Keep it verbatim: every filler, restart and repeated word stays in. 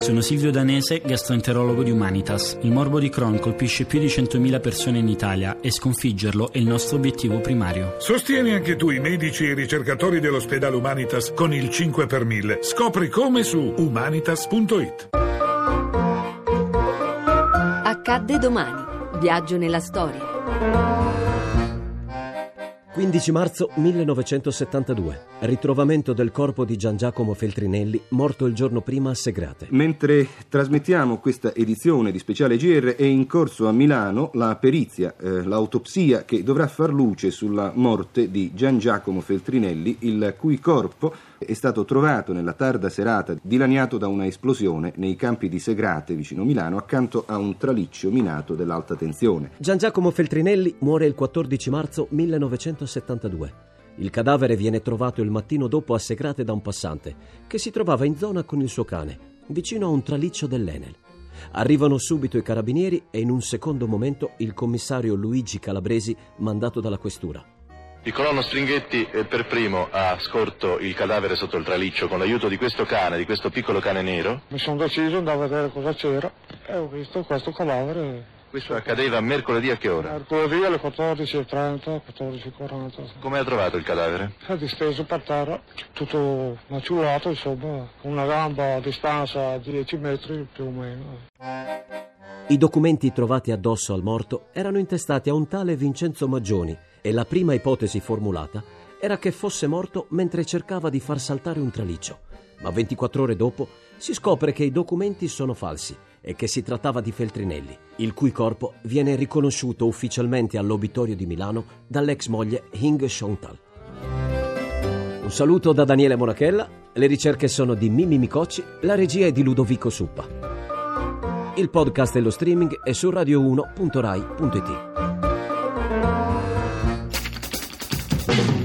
Sono Silvio Danese, gastroenterologo di Humanitas. Il morbo di Crohn colpisce più di centomila persone in Italia e sconfiggerlo è il nostro obiettivo primario. Sostieni anche tu i medici e i ricercatori dell'ospedale Humanitas con il cinque per mille. Scopri come su humanitas punto it. Accadde domani. Viaggio nella storia. quindici marzo millenovecentosettantadue. Ritrovamento del corpo di Gian Giacomo Feltrinelli, morto il giorno prima a Segrate. Mentre trasmettiamo questa edizione di Speciale G R è in corso a Milano la perizia, eh, l'autopsia che dovrà far luce sulla morte di Gian Giacomo Feltrinelli, il cui corpo è stato trovato nella tarda serata dilaniato da una esplosione nei campi di Segrate vicino Milano accanto a un traliccio minato dell'alta tensione. Gian Giacomo Feltrinelli muore il quattordici marzo millenovecentosettantadue. Il cadavere viene trovato il mattino dopo a Segrate da un passante che si trovava in zona con il suo cane, vicino a un traliccio dell'Enel. Arrivano subito i carabinieri e in un secondo momento il commissario Luigi Calabresi, mandato dalla questura. Il colonno Stringhetti eh, per primo ha scorto il cadavere sotto il traliccio con l'aiuto di questo cane, di questo piccolo cane nero. Mi sono deciso, andavo a vedere cosa c'era e ho visto questo cadavere. Questo accadeva mercoledì a che ora? Mercoledì alle quattordici e trenta, quattordici e quaranta. Come ha trovato il cadavere? È disteso per terra, tutto maciullato, insomma, con una gamba a distanza di dieci metri più o meno. I documenti trovati addosso al morto erano intestati a un tale Vincenzo Maggioni e la prima ipotesi formulata era che fosse morto mentre cercava di far saltare un traliccio. Ma ventiquattro ore dopo si scopre che i documenti sono falsi e che si trattava di Feltrinelli, il cui corpo viene riconosciuto ufficialmente all'obitorio di Milano dall'ex moglie Hing Shontal. Un saluto da Daniele Monachella, le ricerche sono di Mimmi Micocci, la regia è di Ludovico Suppa. Il podcast e lo streaming è su radio uno punto rai punto it.